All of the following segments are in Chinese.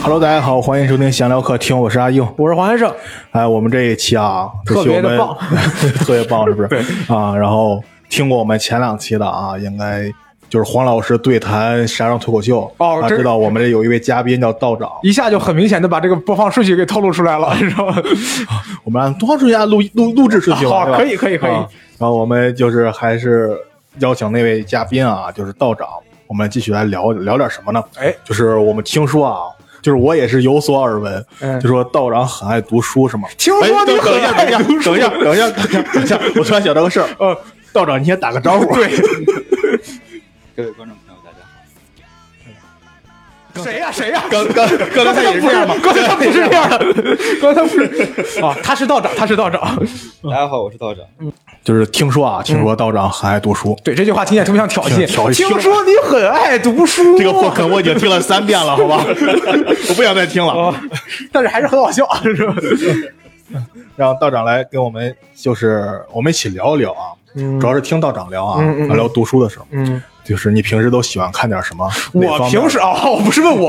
Hello， 大家好，欢迎收听闲聊客厅，我是阿硬， 我是黄先生。 哎，我们这一期啊， 特别的棒， 特别棒，是不是？ 对啊，然后听过我们前2期的啊，应该就是黄老师对谈时尚脱口秀哦， 他知道我们这有一位嘉宾叫道长， 一下就很明显的把这个播放顺序给透露出来了，是吧？ 我们按播放顺序按录制顺序吧， 好，可以。 然后我们就是还是邀请那位嘉宾啊，就是道长，我们继续来聊点什么呢？ 哎， 就是我们听说啊。就是我也是有所耳闻，就说道长很爱读书，是吗？ 听说你很爱读书。 等一下，我突然想到个事儿，道长你先打个招呼。 对， 各位观众朋友，大家好。 谁呀？ 刚才也是这样吗？ 刚才他不是这样的，刚才他不是啊，他是道长。 大家好，我是道长。 就是听说道长很爱读书。 对，这句话听起来特别像挑衅。听说你很爱读书， 这个破坑我已经听了3遍了，好吧？我不想再听了。 但是还是很好笑，是吧？ 让道长来跟我们，就是我们一起聊一聊啊。主要是听道长聊啊，聊读书的时候。就是你平时都喜欢看点什么？ 我平时不是问我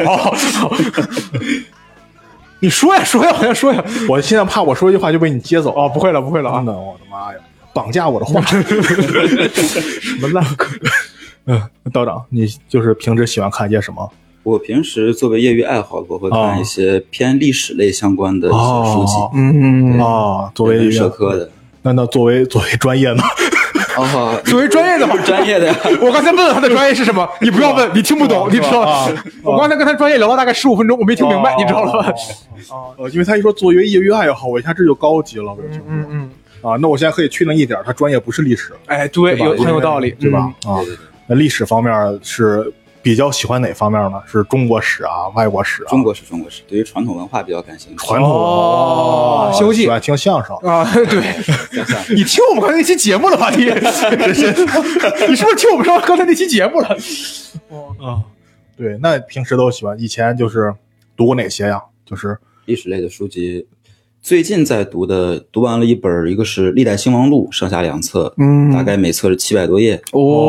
你说呀，好像说呀。 我现在怕我说一句话就被你接走。 不会了啊！ 真的，我的妈呀！绑架我的话， 什么烂梗？ 道长，你就是平时喜欢看些什么？ 我平时作为业余爱好，我会看一些偏历史类相关的一些书籍。 作为社科的。 那作为专业呢？ 作为专业的话， 专业的呀。 我刚才问了他的专业是什么，你不要问，你听不懂，你知道吗？我刚才跟他专业聊了大概15分钟，我没听明白，你知道了吧？ 因为他一说作为业余爱好，我一下这就高级了。那我现在可以确定一点，他专业不是历史。 哎，对，很有道理， 对吧？那历史方面是比较喜欢哪方面呢？是中国史啊，外国史啊？ 中国史，对于传统文化比较感兴趣。 传统文化， 西游记， 喜欢听相声啊？对，你听我们刚才那期节目了吧？你是不是听我们说刚才那期节目了？ 对，那平时都喜欢，以前就是读过哪些呀？就是历史类的书籍。最近在读完了一本，一个是《历代兴亡录》，上下2册，大概每册是700多页。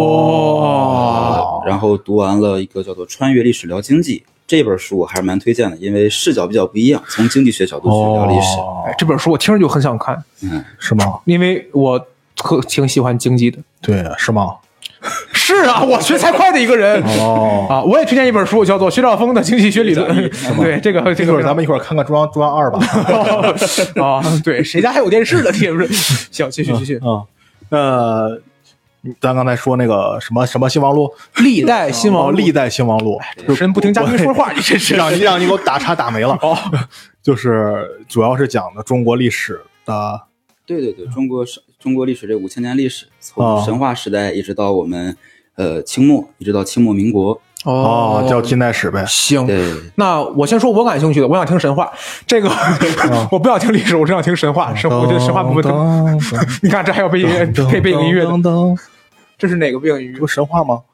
然后读完了一个叫做《穿越历史聊经济》，这本书我还是蛮推荐的，因为视角比较不一样，从经济学角度去聊历史。 这本书我听着就很想看。 是吗？ 因为我挺喜欢经济的。 对，是吗？ 是啊，我学财会的一个人。我也推荐一本书，叫做薛兆丰的经济学理论。对，这个咱们一会儿看看中央2吧。 对，谁家还有电视的？是不是？行，继续。 咱刚才说那个什么兴亡录， 历代兴亡录， 真不听嘉宾说话，你真是让你给我打岔打没了。就是主要是讲的中国历史的。 对，中国历史这5000年历史，从神话时代一直到我们清末，一直到清末民国。 叫近代史呗。 行，那我先说我感兴趣的，我想听神话。这个我不想听历史，我只想听神话。我觉得神话部分你看这还要配背景音乐的。这是哪个背景音乐？ 这不神话吗？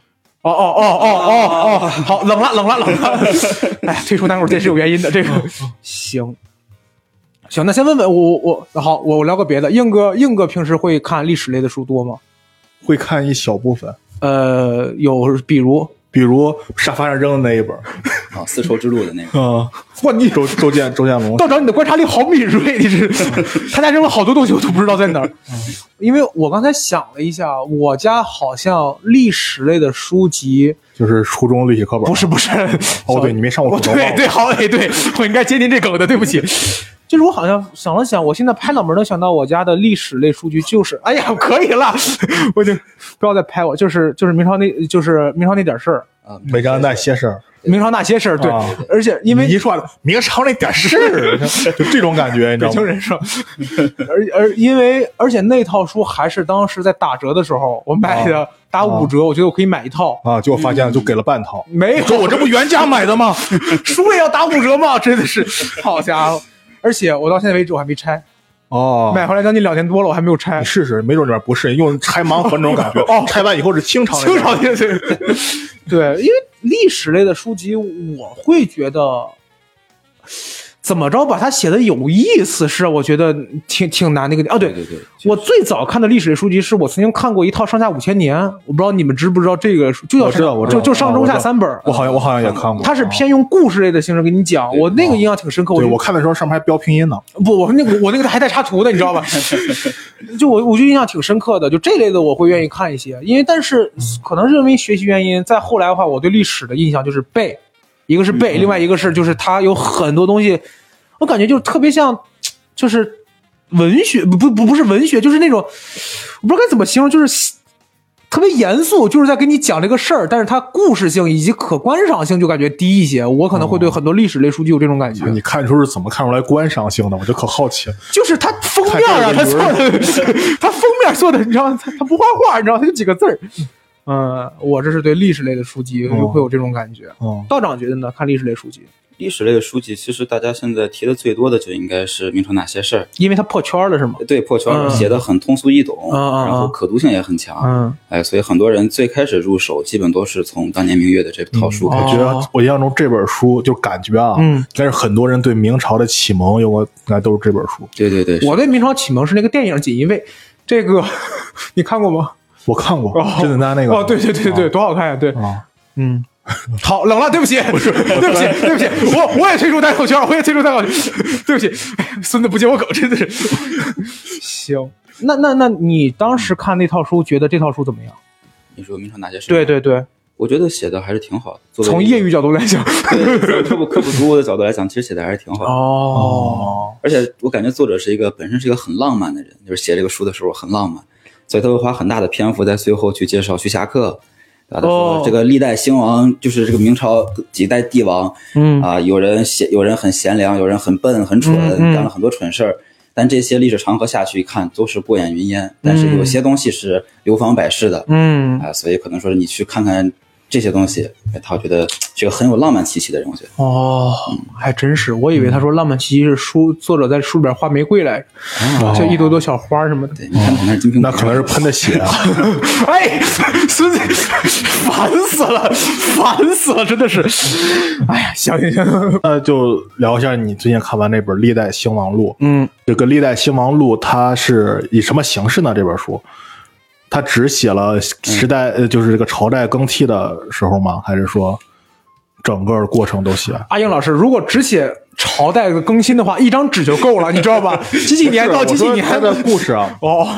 好，冷了。哎，退出单口这是有原因的。这个行，那先问问我好，我聊个别的。硬哥平时会看历史类的书多吗？ 会看一小部分。 有比如沙发上扔的那一本丝绸之路的那个。 哇，你周建龙道长，你的观察力好敏锐，你是他家扔了好多东西，我都不知道在哪儿。因为我刚才想了一下，我家好像历史类的书籍就是初中历史课本。 不是。 对，你没上过初中。 对，好，对，我应该接您这梗的，对不起。就是我好像想了想，我现在拍脑门能想到我家的历史类书籍就是，哎呀，可以了，我就不要再拍我，就是明朝那点事儿啊，明朝那些事儿， 对，而且因为你一说明朝那点事儿，就这种感觉，你知道吗？ 北京人说，而且那套书还是当时在打折的时候我买的，打5折，我觉得我可以买一套啊，结果发现就给了半套， 没有， 我这不原价买的吗？ 书也要打5折吗？真的是，好家伙！而且我到现在为止我还没拆。买回来将近2年多了，我还没有拆。 你试试，没准里面不是用拆盲盒那种感觉。拆完以后是清朝对，因为历史类的书籍，我会觉得怎么着把它写的有意思，是我觉得挺难那个。对，我最早看的历史类书籍是我曾经看过一套《上下5000年》，我不知道你们知不知道这个书， 我知道， 就上中下3本。 我好像也看过。 它是偏用故事类的形式给你讲，我那个印象挺深刻。 对，我看的时候上面还标拼音呢。 不，我那个还带插图的，你知道吧？就我就印象挺深刻的，就这类的我会愿意看一些，但是可能是因为学习原因，再后来的话，我对历史的印象就是背。一个是背，另外一个是就是它有很多东西，我感觉就特别像，就是文学，不是文学，就是那种我不知道该怎么形容，就是特别严肃，就是在跟你讲这个事儿，但是它故事性以及可观赏性就感觉低一些。我可能会对很多历史类书籍有这种感觉。 你看出是怎么看出来观赏性的？我就可好奇了。 就是它封面啊，它做的，它封面做的，你知道吗？它不画画，你知道吗？它就几个字儿。我这是对历史类的书籍会有这种感觉。道长觉得呢？看历史类书籍， 历史类的书籍，其实大家现在提的最多的就应该是明朝那些事儿， 因为它破圈了，是吗？ 对，破圈了，写的很通俗易懂，然后可读性也很强。所以很多人最开始入手，基本都是从当年明月的这套书。 我觉得我印象中这本书就感觉应该是很多人对明朝的启蒙应该都是这本书。 对， 我对明朝启蒙是那个电影《锦衣卫》，这个你看过吗？ 我看过甄子丹那个。 对，多好看呀！对，好，冷了，对不起，对不起，我也退出单口圈，对不起，孙子不接我狗，真的是。行，那你当时看那套书，觉得这套书怎么样？ 你说明朝哪些事？ 对， 我觉得写的还是挺好的。 从业余角度来讲， 从科普读物的角度来讲，其实写的还是挺好的。而且我感觉作者本身是一个很浪漫的人，就是写这个书的时候很浪漫。所以他会花很大的篇幅在最后去介绍徐霞客，他说这个历代兴亡，就是这个明朝几代帝王，有人很贤良，有人很笨很蠢，干了很多蠢事儿，但这些历史长河下去一看都是过眼云烟，但是有些东西是流芳百世的，所以可能说你去看看这些东西，他觉得是个很有浪漫气息的人，我觉得。 还真是，我以为他说浪漫气息是作者在书里边画玫瑰来着，就一朵朵小花什么的。 对，你看那是金瓶， 那可能是喷的血啊！ 哎，孙子，烦死了，真的是。哎呀，行， 就聊一下你最近看完那本《历代兴亡录》。这个《历代兴亡录》它是以什么形式呢？这本书？他只写了时代，就是这个朝代更替的时候吗？还是说整个过程都写？ 阿英老师，如果只写朝代的更新的话，一张纸就够了，你知道吧？几年到几年的故事啊？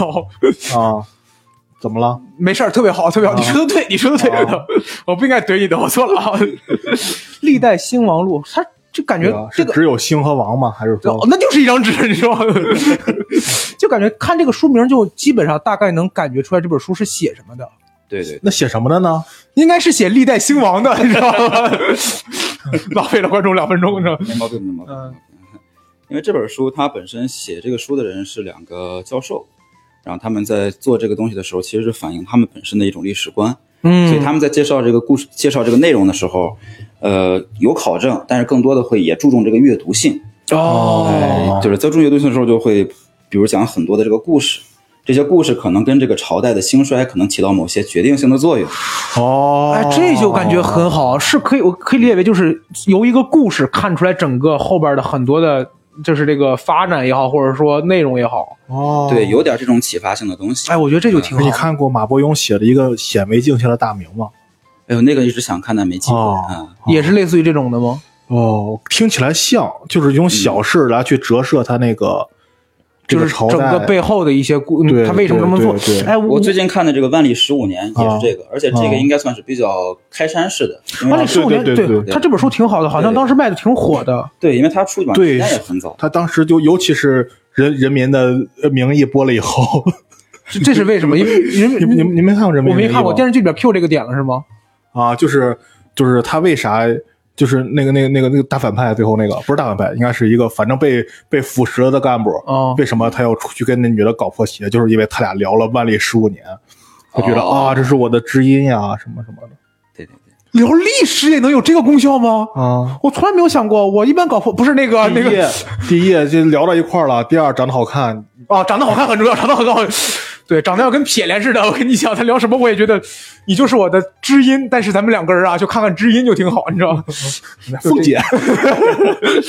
怎么了？ 没事，特别好，你说的对，我不应该怼你的，我错了啊。历代兴亡录，他就感觉这个只有兴和亡吗？还是说那就是一张纸？你说，就感觉看这个书名就基本上大概能感觉出来这本书是写什么的。 对， 那写什么的呢？ 应该是写历代兴亡的，你知道吗？浪费了观众2分钟，你知道吗？ 没毛病。因为这本书它本身写这个书的人是2个教授，然后他们在做这个东西的时候，其实是反映他们本身的一种历史观。所以他们在介绍这个故事、介绍这个内容的时候，有考证，但是更多的会也注重这个阅读性。就是在注重阅读性的时候，就会比如讲很多的这个故事，这些故事可能跟这个朝代的兴衰可能起到某些决定性的作用。 这就感觉很好，是我可以理解为就是由一个故事看出来整个后边的很多的。就是这个发展也好，或者说内容也好， 对，有点这种启发性的东西。 我觉得这就挺好。 你看过马伯庸写的一个显微镜下的大明吗？ 那个一直想看但没机会。 也是类似于这种的吗？ 听起来像，就是用小事来去折射他那个。 就是整个背后的一些他为什么这么做？ 我最近看的这个万历15年也是这个，而且这个应该算是比较开山式的。 万历15年，对，他这本书挺好的，好像当时卖的挺火的。 对，因为他出版时间也很早。 他当时就尤其是人民的名义播了以后， 这是为什么？因为你没看过人民名义吗？ 我没看过，电视剧里边 Q 这个点了是吗？ 就是他为啥？就是那个大反派，最后那个不是大反派，应该是一个反正被腐蚀了的干部。为什么他要出去跟那女的搞破鞋？就是因为他俩聊了万历15年，他觉得这是我的知音呀，什么什么的。 对， 聊历史也能有这个功效吗？我从来没有想过。我一般搞破不是那个第一就聊到一块了，第二长得好看长得好看很重要，长得很好。对，长得要跟撇脸似的。我跟你讲，他聊什么我也觉得你就是我的知音，但是咱们2个人就看看知音就挺好，你知道吗？ 凤姐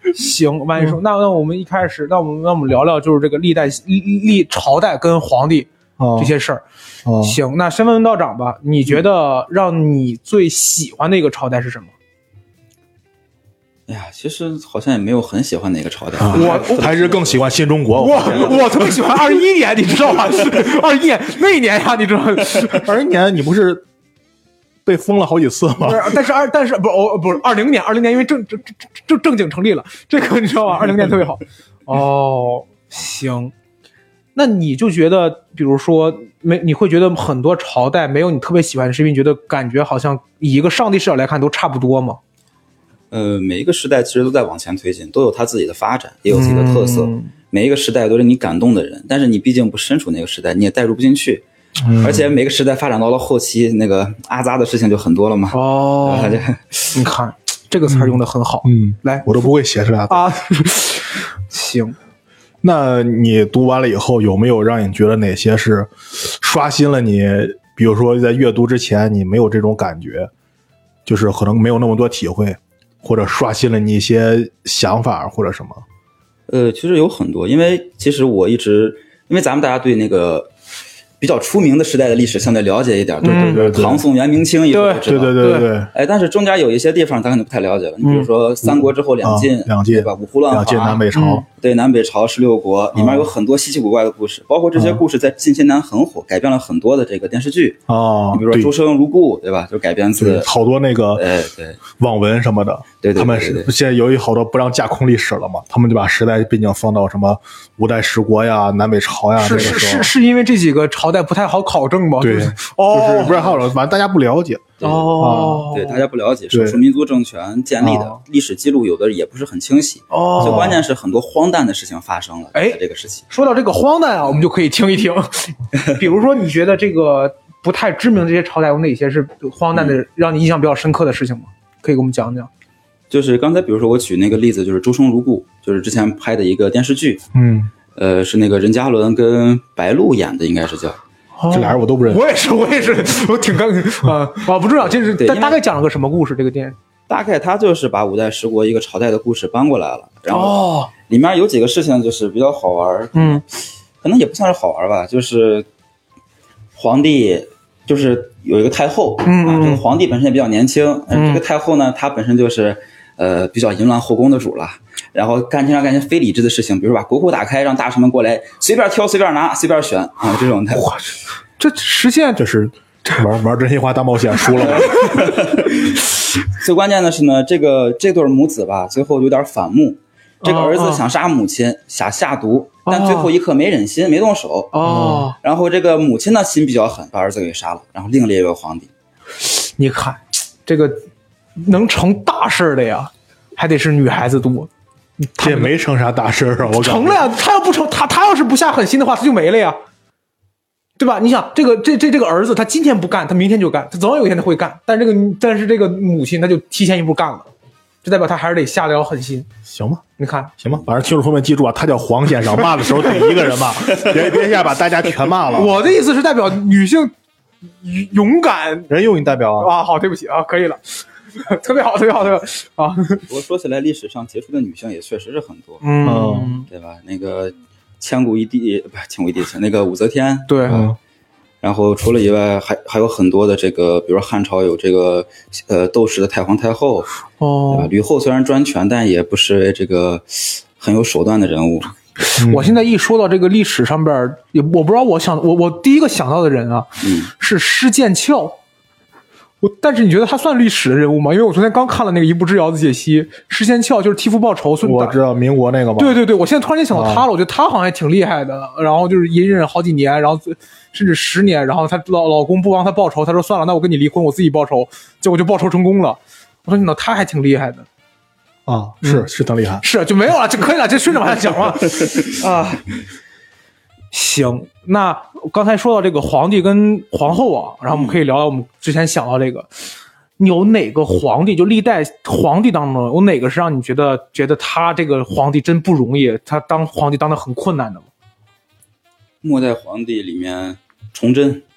行，万一说那我们一开始，那我们聊聊就是这个历朝代跟皇帝这些事儿。行，那先问道长吧，你觉得让你最喜欢的一个朝代是什么？ 哎呀，其实好像也没有很喜欢哪个朝代， 我还是更喜欢新中国。 我特别喜欢21年，你知道吗？21年那一年呀，你知道吗 ？21年你不是被封了好几次吗？ 但是不是20年，因为正经成立了，这个你知道吗？20年特别好。哦，行，那你就觉得，比如说你会觉得很多朝代没有你特别喜欢，是因为你觉得感觉好像以一个上帝视角来看都差不多吗？ 每一个时代其实都在往前推进，都有它自己的发展，也有自己的特色。每一个时代都是你感动的人，但是你毕竟不身处那个时代，你也带入不进去。而且每个时代发展到了后期，那个阿扎的事情就很多了嘛。 你看这个词儿用的很好。来， 我都不会写出来啊。行， 那你读完了以后，有没有让你觉得哪些是刷新了你？比如说在阅读之前你没有这种感觉，就是可能没有那么多体会。或者刷新了你一些想法或者什么？ 其实有很多，因为其实我一直，因为咱们大家对那个比较出名的时代的历史相对了解一点， 对， 唐宋元明清一直都知道， 对。 哎，但是中间有一些地方咱可能不太了解了。你比如说三国之后两晋，对吧？五胡乱华， 两晋南北朝， 对，南北朝16国里面有很多稀奇古怪的故事，包括这些故事在近些年很火，改编了很多的这个电视剧你比如说《诸生如故》，对吧？就改编自好多那个对网文什么的， 对， 他们现在由于好多不让架空历史了嘛，他们就把时代背景放到什么五代十国呀、南北朝呀， 是因为这几个朝代不太好考证吗？ 对，就是不太好，反正大家不了解。 对，大家不了解少数民族政权建立的历史记录，有的也不是很清晰。最关键是很多荒诞的事情发生了。在这个时期， 说到这个荒诞啊，我们就可以听一听。比如说，你觉得这个不太知名的这些朝代有哪些是荒诞的，让你印象比较深刻的事情吗？可以给我们讲讲。 就是刚才比如说我举那个例子，就是《诸生如故》，就是之前拍的一个电视剧。是那个任嘉伦跟白鹿演的，应该是叫。 这俩人我都不认识。 我也是，我挺刚不重要，这是大概讲了个什么故事？这个电影大概他就是把五代十国一个朝代的故事搬过来了，然后里面有几个事情就是比较好玩，可能也不算是好玩吧，就是皇帝就是有一个太后，这个皇帝本身也比较年轻，这个太后呢，她本身就是比较淫乱后宫的主了。然后干些非理智的事情，比如说把国库打开，让大臣们过来随便挑、随便拿、随便选这种的。 哇，这实现这是玩真心话大冒险输了吗？ 最关键的是呢，这对母子吧，最后有点反目。这个儿子想杀母亲，想下毒，但最后一刻没忍心，没动手。然后这个母亲呢心比较狠，把儿子给杀了，然后另立一个皇帝。 你看，这个能成大事的呀，还得是女孩子多。 这也没成啥大事啊！我成了呀，他要不成，他要是不下狠心的话，他就没了呀，对吧？你想，这个儿子，他今天不干，他明天就干，他总有一天他会干。但是这个母亲，他就提前一步干了，就代表他还是得下得了狠心， 行吧？ 你看， 行吧，反正听众朋友们记住啊，他叫黄先生，骂的时候得一个人骂，别一下把大家全骂了。 我的意思是代表女性勇敢， 人用你代表啊？好，对不起啊，可以了。特别好啊！ 不过说起来，历史上杰出的女性也确实是很多，对吧？那个千古一帝，那个武则天， 对， 然后除了以外，还有很多的这个，比如说汉朝有这个窦氏的太皇太后，对吧？吕后虽然专权，但也不是这个很有手段的人物。 我现在一说到这个历史上边，我不知道我第一个想到的人啊，是施剑翘。但是你觉得他算历史的人物吗？因为我昨天刚看了那个一步之遥的解析，施剑翘就是替父报仇。 我知道民国那个吗？ 对，我现在突然间想到他了，我觉得他好像还挺厉害的。然后就是隐忍好几年，然后甚至10年，然后她老公不帮她报仇，她说算了，那我跟你离婚，我自己报仇，结果就报仇成功了。我说他还挺厉害的啊，是挺厉害， 是就没有了，就可以了，就顺着往下讲了啊。行，那刚才说到这个皇帝跟皇后啊，然后我们可以聊聊我们之前想到这个，你有哪个皇帝就历代皇帝当中有哪个是让你觉得他这个皇帝真不容易，他当皇帝当得很困难的吗？ 末代皇帝里面崇祯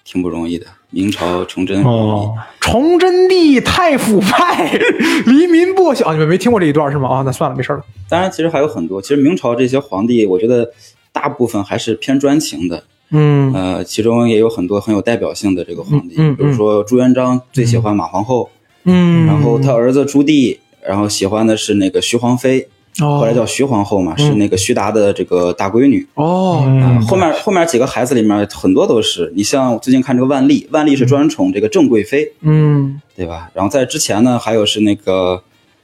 挺不容易的。明朝崇祯不容易， 崇祯帝太腐败，黎民不晓。你们没听过这一段是吗？那算了，没事了。 当然，其实还有很多。其实明朝这些皇帝，我觉得大部分还是偏专情的。其中也有很多很有代表性的这个皇帝，比如说朱元璋最喜欢马皇后，然后他儿子朱棣，然后喜欢的是那个徐皇妃。后来叫徐皇后嘛，是那个徐达的这个大闺女。后面几个孩子里面很多都是，你像最近看这个万历，万历是专宠这个郑贵妃，对吧？然后在之前呢，还有是那个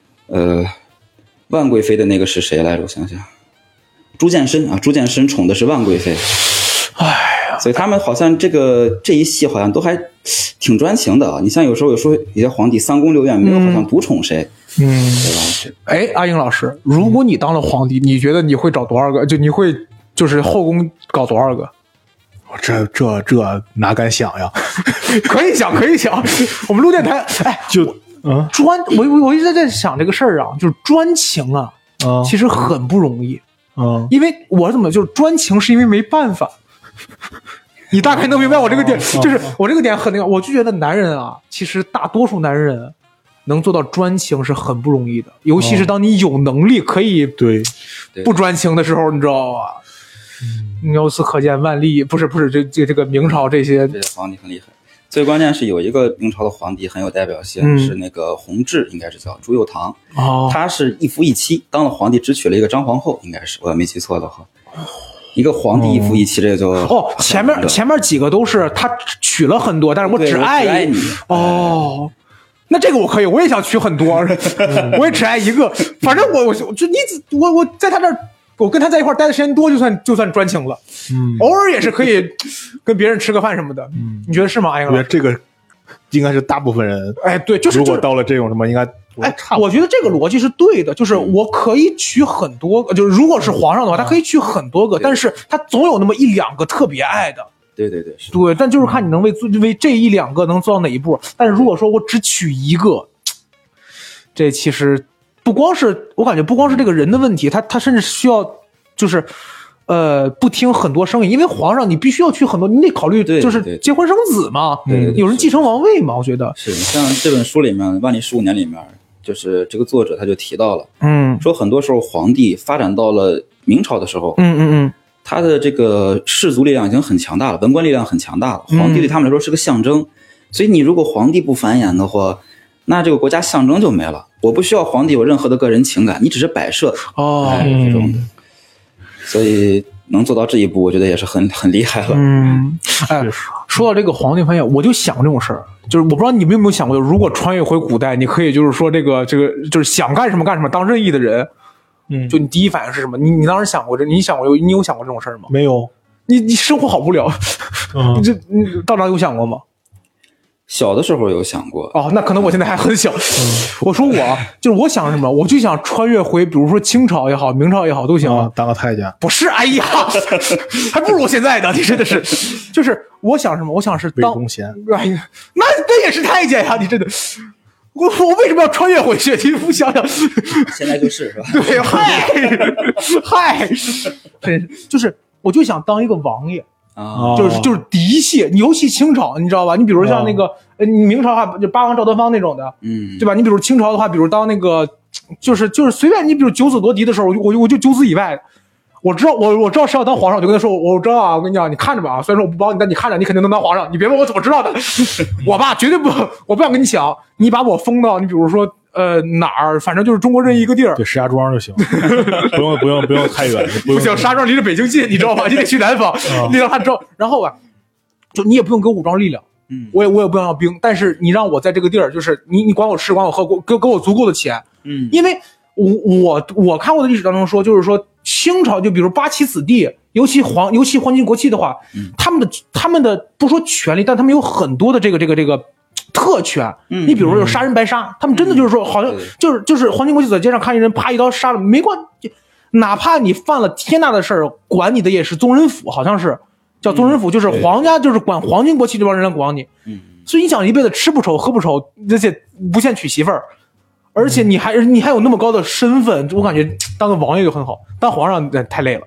万贵妃的那个是谁来着？我想想，朱见深啊，朱见深宠的是万贵妃。所以他们好像这一系好像都还挺专情的啊。你像有时候有些皇帝三宫六院没有好像独宠谁，对吧？ 阿英老师，如果你当了皇帝，你觉得你会找多少个？就你会就是后宫搞多少个？ 这哪敢想呀？ 可以想。我们录电台，我一直在想这个事儿啊，就是专情啊，其实很不容易。因为我怎么就是专情，是因为没办法。你大概能明白我这个点，就是我这个点很那个，我就觉得男人啊，其实大多数男人能做到专情是很不容易的，尤其是当你有能力可以不专情的时候，你知道吧？由此可见，万历不是这个明朝这些皇帝很厉害。最关键是有一个明朝的皇帝很有代表性，是那个弘治，应该是叫朱佑樘。他是一夫一妻，当了皇帝只娶了一个张皇后，应该是我没记错的话。一个皇帝一夫一妻，这个就前面几个都是他娶了很多，但是我只爱你。那这个我可以，我也想娶很多，我也只爱一个。反正我在他这儿，我跟他在一块待的时间多，就算专情了。偶尔也是可以跟别人吃个饭什么的。你觉得是吗？哎， 我觉得这个应该是大部分人。 对，就是如果到了这种什么，应该。 我觉得这个逻辑是对的，就是我可以娶很多个，就是如果是皇上的话，他可以娶很多个，但是他总有那么一两个特别爱的。 对， 但就是看你能为这一两个能做到哪一步。但是如果说我只娶一个，这其实我感觉不光是这个人的问题，他甚至需要就是不听很多声音，因为皇上你必须要娶很多，你得考虑就是结婚生子嘛，有人继承王位嘛。我觉得是像这本书里面《万历15年》里面，就是这个作者他就提到了，说很多时候皇帝发展到了明朝的时候，他的这个氏族力量已经很强大了，文官力量很强大了，皇帝对他们来说是个象征，所以你如果皇帝不繁衍的话，那这个国家象征就没了。我不需要皇帝有任何的个人情感，你只是摆设这种的。所以能做到这一步，我觉得也是很厉害了。 说到这个皇帝繁衍，我就想这种事儿，就是我不知道你们有没有想过，如果穿越回古代，你可以就是说这个就是想干什么干什么，当任意的人，就你第一反应是什么？你当时想过你有想过这种事儿吗？ 没有， 你生活好无聊，你道长有想过吗？ 小的时候有想过那可能我现在还很小。我说就是我想什么，我就想穿越回，比如说清朝也好，明朝也好都行。 当个太监？ 不是，哎呀，还不如我现在呢。你真的是，就是我想什么？我想是当魏贤。 哎呀，那也是太监呀！你真的，我为什么要穿越回去？你不想想？ 现在就是吧？ 对，嗨，就是我就想当一个王爷。就是嫡系，尤其清朝，你知道吧？你比如像那个，明朝的话就八王赵德芳那种的，对吧？你比如清朝的话，比如当那个，就是随便你，比如九子夺嫡的时候，我就九子以外，我知道谁要当皇上，我就跟他说，我知道啊，我跟你讲，你看着吧，虽然说我不帮你，但你看着，你肯定能当皇上，你别问我怎么知道的，我爸绝对不，我不想跟你抢，你把我封到你比如说。哪儿，反正就是中国任意一个地儿， 对，石家庄就行，不用太远， 不行，石家庄离着北京近，你知道吧？你得去南方，你让他知道。然后吧，就你也不用给我武装力量，我也不要兵，但是你让我在这个地儿，就是你管我吃，管我喝，给我足够的钱，因为我看过的历史当中说，就是说清朝就比如八旗子弟，尤其皇亲国戚的话，他们的不说权利，但他们有很多的这个特权，你比如说有杀人白杀，他们真的就是说，好像就是皇亲国戚在街上看一人，啪一刀杀了，没关系，哪怕你犯了天大的事儿，管你的也是宗人府，好像是叫宗人府，就是皇家就是管皇亲国戚这帮人来管你，所以你想一辈子吃不愁喝不愁，而且不限娶媳妇儿，而且你还有那么高的身份，我感觉当个王爷就很好，当皇上太累了。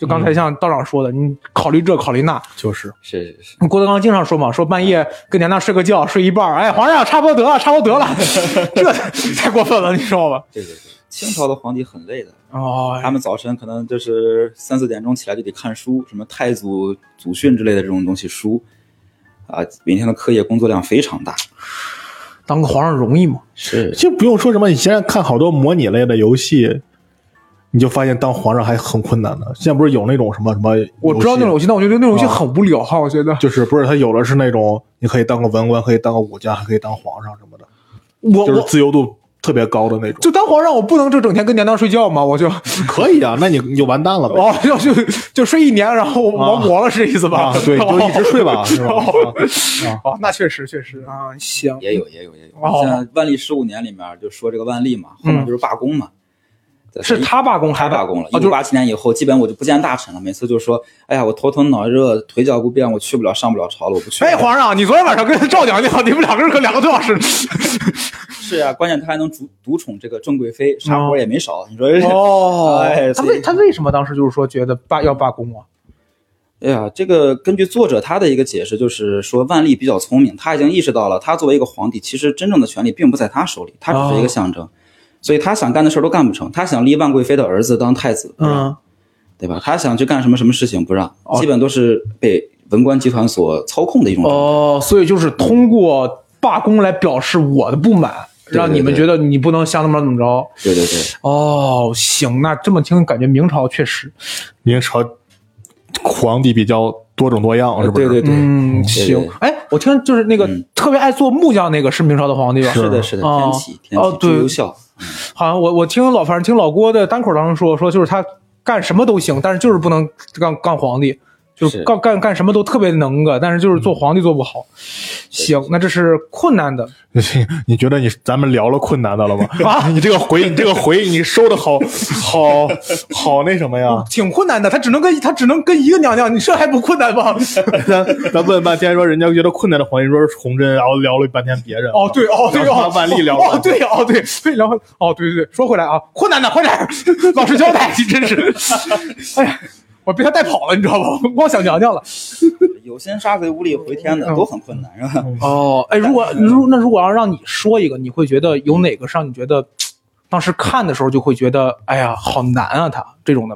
就刚才像道长说的，你考虑这考虑那， 是。 郭德纲经常说嘛，说半夜跟娘娘睡个觉，睡一半，哎，皇上差不多得了，这太过分了，你知道吧？ 对，清朝的皇帝很累的哦， 他们早晨可能就是3、4点钟起来就得看书，什么太祖祖训之类的这种东西书啊，每天的课业工作量非常大。 当个皇上容易吗？ 是， 就不用说什么，你现在看好多模拟类的游戏，你就发现当皇上还很困难的。现在不是有那种什么， 我知道那种游戏，但我觉得那种游戏很无聊哈。我觉得就是不是他有的是那种，你可以当个文官，可以当个武将，还可以当皇上什么的，就是自由度特别高的那种。 就当皇上，我不能就整天跟娘娘睡觉吗？我就可以啊，那你就完蛋了呗。 哦，就睡1年，然后亡国了，是这意思吧？ 对，就一直睡吧，是吧？ 哦，那确实啊，行， 也有。像万历15年里面就说这个万历嘛，后面就是罢工嘛。 是他罢工， 他罢工了。1987年以后，基本我就不见大臣了。每次就说：“哎呀，我头疼脑热，腿脚不便，我去不了，上不了朝了，我不去。” 哎，皇上，你昨天晚上跟赵娘娘，你们2个人可2个多小时。 是呀，关键他还能独宠这个郑贵妃，啥活也没少。你说哦？ 哎， 他为什么当时就是说觉得要罢工啊？ 哎呀，这个根据作者他的一个解释，就是说万历比较聪明，他已经意识到了，他作为一个皇帝，其实真正的权力并不在他手里，他只是一个象征。所以他想干的事都干不成，他想立万贵妃的儿子当太子，对吧？他想去干什么事情不让，基本都是被文官集团所操控的一种状态。 哦，所以就是通过罢工来表示我的不满，让你们觉得你不能想怎么着。 对。 哦，行，那这么听感觉明朝确实， 明朝皇帝比较多种多样，是不是？ 对。 行。哎，我听就是那个特别爱做木匠那个是明朝的皇帝吧？ 是的，天启朱由校。 好像我听老郭的单口当中说就是他干什么都行，但是就是不能干皇帝，就是干什么都特别能个，但是就是做皇帝做不好。行，那这是困难的。 你觉得咱们聊了困难的了吗？啊，你这个回你收的好那什么呀？ 挺困难的，他只能跟一个娘娘，你这还不困难吗？ 咱问半天说人家觉得困难的皇帝说是崇祯，然后聊了半天别人。 对， 万历聊了。 对，聊对，说回来啊，困难的快点，老实交代，你真是，哎呀。我被他带跑了，你知道吗？光想娘娘了。 有心杀贼无力回天的都很困难，是吧？ 哦，哎，如果要让你说一个，你会觉得有哪个让你觉得当时看的时候就会觉得，哎呀，好难啊，他这种的吗？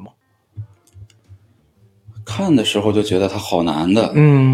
看的时候就觉得他好难的。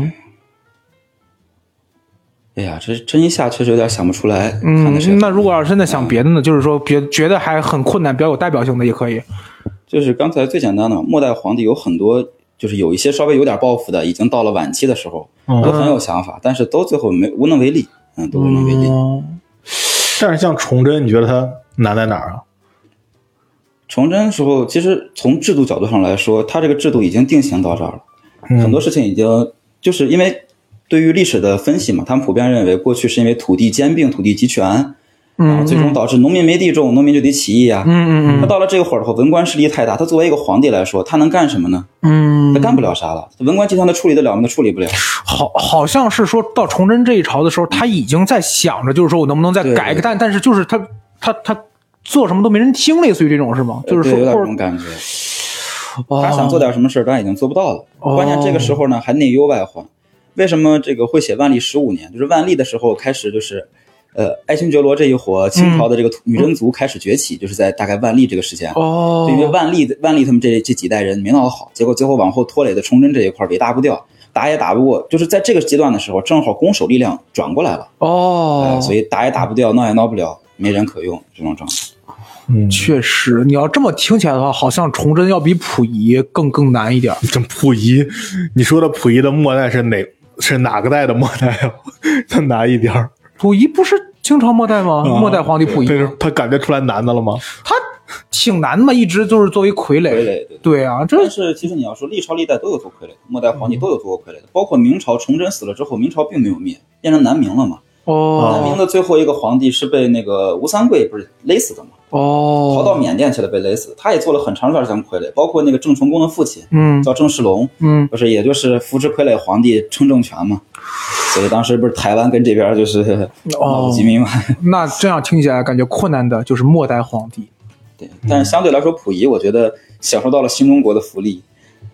哎呀，这真一下确实有点想不出来。 那如果要真的想别的呢？就是说觉得还很困难，比较有代表性的也可以。 就是刚才最简单的，末代皇帝有很多，就是有一些稍微有点抱负的，已经到了晚期的时候，都很有想法，但是都最后无能为力，都无能为力。 但是像崇祯，你觉得他难在哪儿啊？ 崇祯的时候，其实从制度角度上来说，他这个制度已经定型到这儿了，很多事情已经就是因为对于历史的分析嘛，他们普遍认为过去是因为土地兼并、土地集权。然后最终导致农民没地种，农民就得起义啊。那到了这个会儿的话，文官势力太大，他作为一个皇帝来说，他能干什么呢？他干不了啥了。文官集团他处理得了吗？他处理不了。 好像是说到崇祯这一朝的时候，他已经在想着，就是说我能不能再改个，但是就是他做什么都没人听，类似于这种是吗？就是说有点这种感觉。他想做点什么事但已经做不到了。关键这个时候呢，还内忧外患。为什么这个会写万历15年？就是万历的时候开始就是。爱新觉罗这一伙清朝的这个女真族开始崛起，就是在大概万历这个时间。因为万历他们这几代人没闹得好，结果最后往后拖累的崇祯这一块尾大不掉，打也打不过，就是在这个阶段的时候，正好攻守力量转过来了。所以打也打不掉，闹也闹不了，没人可用这种状态。 确实，你要这么听起来的话，好像崇祯要比溥仪更难一点。 这溥仪，你说的溥仪的末代是哪个代的末代啊？他难一点。 溥仪不是清朝末代吗？末代皇帝溥仪， 他感觉出来难的了吗？ 他挺难的嘛，一直就是作为傀儡。对啊， 但是其实你要说历朝历代都有做傀儡，末代皇帝都有做过傀儡的，包括明朝崇祯死了之后，明朝并没有灭，变成南明了嘛。南明的最后一个皇帝是被那个吴三桂不是勒死的嘛？逃到缅甸去了，被勒死。他也做了很长一段时间傀儡，包括那个郑成功的父亲，叫郑世龙，也就是扶持傀儡皇帝称政权嘛。所以当时不是台湾跟这边就是闹不及民嘛。 那这样听起来感觉困难的就是末代皇帝。 对，但是相对来说，溥仪我觉得享受到了新中国的福利。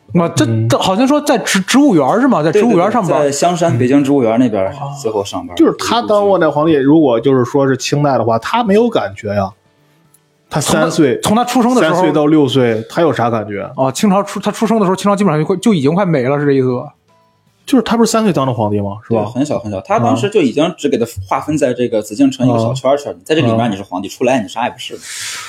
这好像说在植物园是吗？在植物园上班， 在香山北京植物园那边最后上班。 就是他当过那皇帝，如果就是说是清代的话，他没有感觉呀。他3岁， 从他出生的时候 3岁到6岁，他有啥感觉？ 清朝他出生的时候，清朝基本上就已经快没了，是这意思吧？ 就是他不是3岁当的皇帝吗？是吧？ 很小很小，他当时就已经只给他划分在这个紫禁城一个小圈圈，在这里面你是皇帝，出来你啥也不是。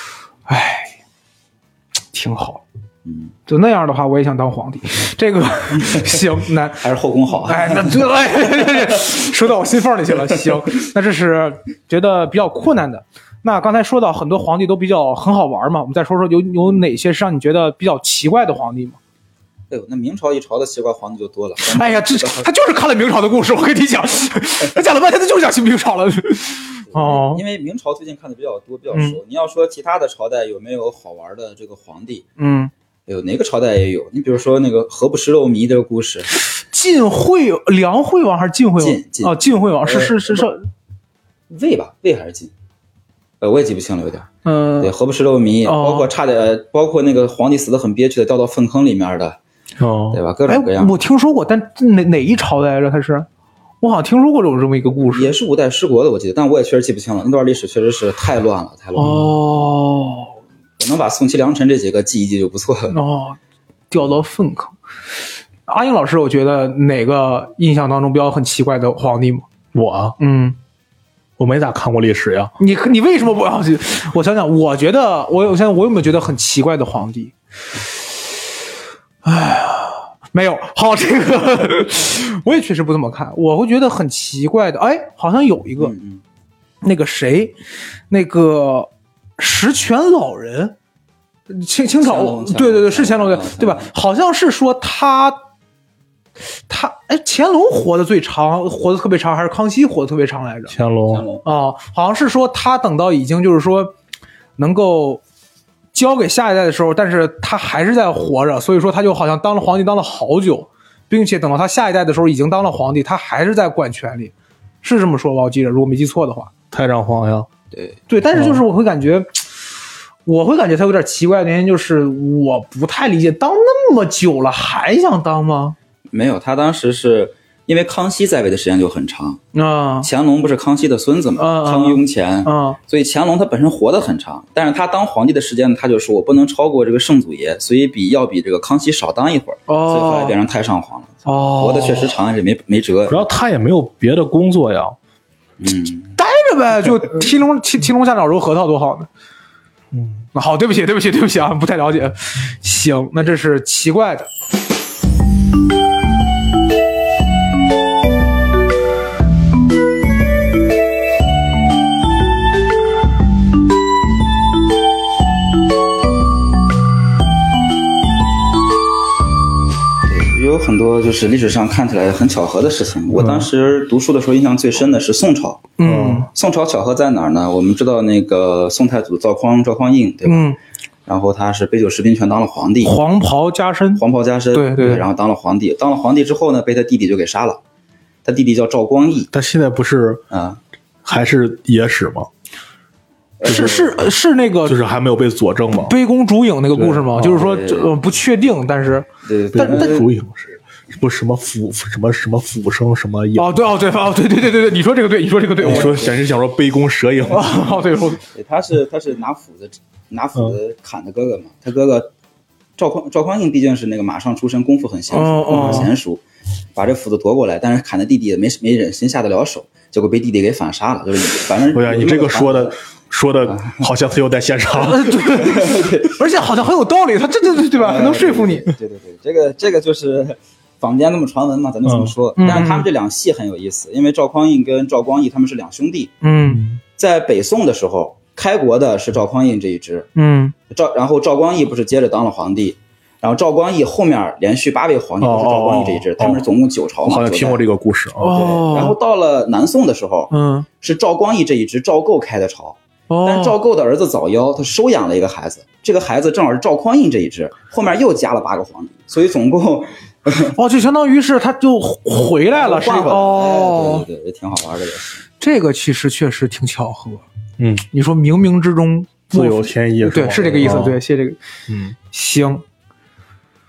挺好。就那样的话，我也想当皇帝。这个行，那还是后宫好。 说到我心缝里去了。行，那这是觉得比较困难的。那刚才说到很多皇帝都很好玩嘛，我们再说说有哪些是让你觉得比较奇怪的皇帝吗？ 哎呦，那明朝一朝的奇怪皇帝就多了。 哎呀，他就是看了明朝的故事，我跟你讲，他讲了半天，他就是讲明朝了。 因为明朝最近看的比较多，比较熟。你要说其他的朝代有没有好玩的这个皇帝？有哪个朝代也有。你比如说那个何不食肉糜这个故事， 梁惠王还是晋惠王？晋惠王是魏吧？魏还是晋？我也记不清了，有点。对，何不食肉糜，包括那个皇帝死得很憋屈的，掉到粪坑里面的，对吧？各种各样。 我听说过，但哪一朝来着？他是，我好像听说过有这么一个故事， 也是5代十国的，我记得，但我也确实记不清了。那段历史确实是太乱了，太乱了。我能把宋齐梁陈这几个记一记就不错了。 掉到粪坑。阿英老师，我觉得哪个印象当中比较很奇怪的皇帝吗？ 我没咋看过历史呀。 你为什么不要去？我想想，我觉得我有没有觉得很奇怪的皇帝？哎呀，没有。好，这个我也确实不怎么看。我会觉得很奇怪的，好像有一个，那个谁，那个石泉老人，清朝，对，是乾隆的，对吧？好像是说他乾隆活得最长，活得特别长，还是康熙活得特别长来着？ 乾隆好像是说他等到已经就是说能够交给下一代的时候，但是他还是在活着，所以说他就好像当了皇帝当了好久，并且等到他下一代的时候已经当了皇帝，他还是在管权力，是这么说吧？我记得，如果没记错的话， 太上皇呀。 对， 但是就是我会感觉他有点奇怪的原因就是我不太理解，当那么久了还想当吗？ 没有，他当时是因为康熙在位的时间就很长乾隆不是康熙的孙子嘛，康雍乾所以乾隆他本身活得很长，但是他当皇帝的时间他就说我不能超过这个圣祖爷，所以要比这个康熙少当一会儿，所以后来变成太上皇了。活得确实长，也没辙。 主要他也没有别的工作呀， 待着呗，就提笼下脑揉核桃多好呢。好，对不起啊，不太了解。行，那这是奇怪的。 有很多就是历史上看起来很巧合的事情。我当时读书的时候印象最深的是宋朝。宋朝巧合在哪儿呢？我们知道那个宋太祖赵匡胤，对吧？然后他是杯酒释兵权当了皇帝， 黄袍加身， 对，然后当了皇帝之后呢，被他弟弟就给杀了。他弟弟叫赵光义， 他现在不是还是野史吗？ 是那个， 就是还没有被佐证吗？ 杯弓烛影那个故事吗？就是说不确定，但是但烛影是不什么辅生什么影？ 对，你说这个对， 我说显然想说杯弓蛇影。 对，他是拿斧子砍的哥哥嘛，他哥哥赵匡胤毕竟是那个马上出身，功夫很娴熟，把这斧子夺过来，但是砍的弟弟也没忍心下得了手，结果被弟弟给反杀了。就是反正对呀，你这个说的好像他有点现场， 对，而且好像很有道理，他这对吧？还能说服你。 对，这个就是坊间那么传闻嘛，咱就这么说。但是他们这两系很有意思，因为赵匡胤跟赵光义他们是两兄弟。在北宋的时候，开国的是赵匡胤这一支。然后赵光义不是接着当了皇帝，然后赵光义后面连续8位皇帝都是赵光义这一支，他们是总共9朝嘛。 我好像听过这个故事。 对，然后到了南宋的时候，是赵光义这一支赵构开的朝。但是赵构的儿子早夭，他收养了一个孩子，这个孩子正好是赵匡胤这一支，后面又加了8个皇帝，所以总共就相当于是他就回来了，是对，也挺好玩的。 这个其实确实挺巧合。你说冥冥之中自有天意， 对，是这个意思。对，谢这个。行。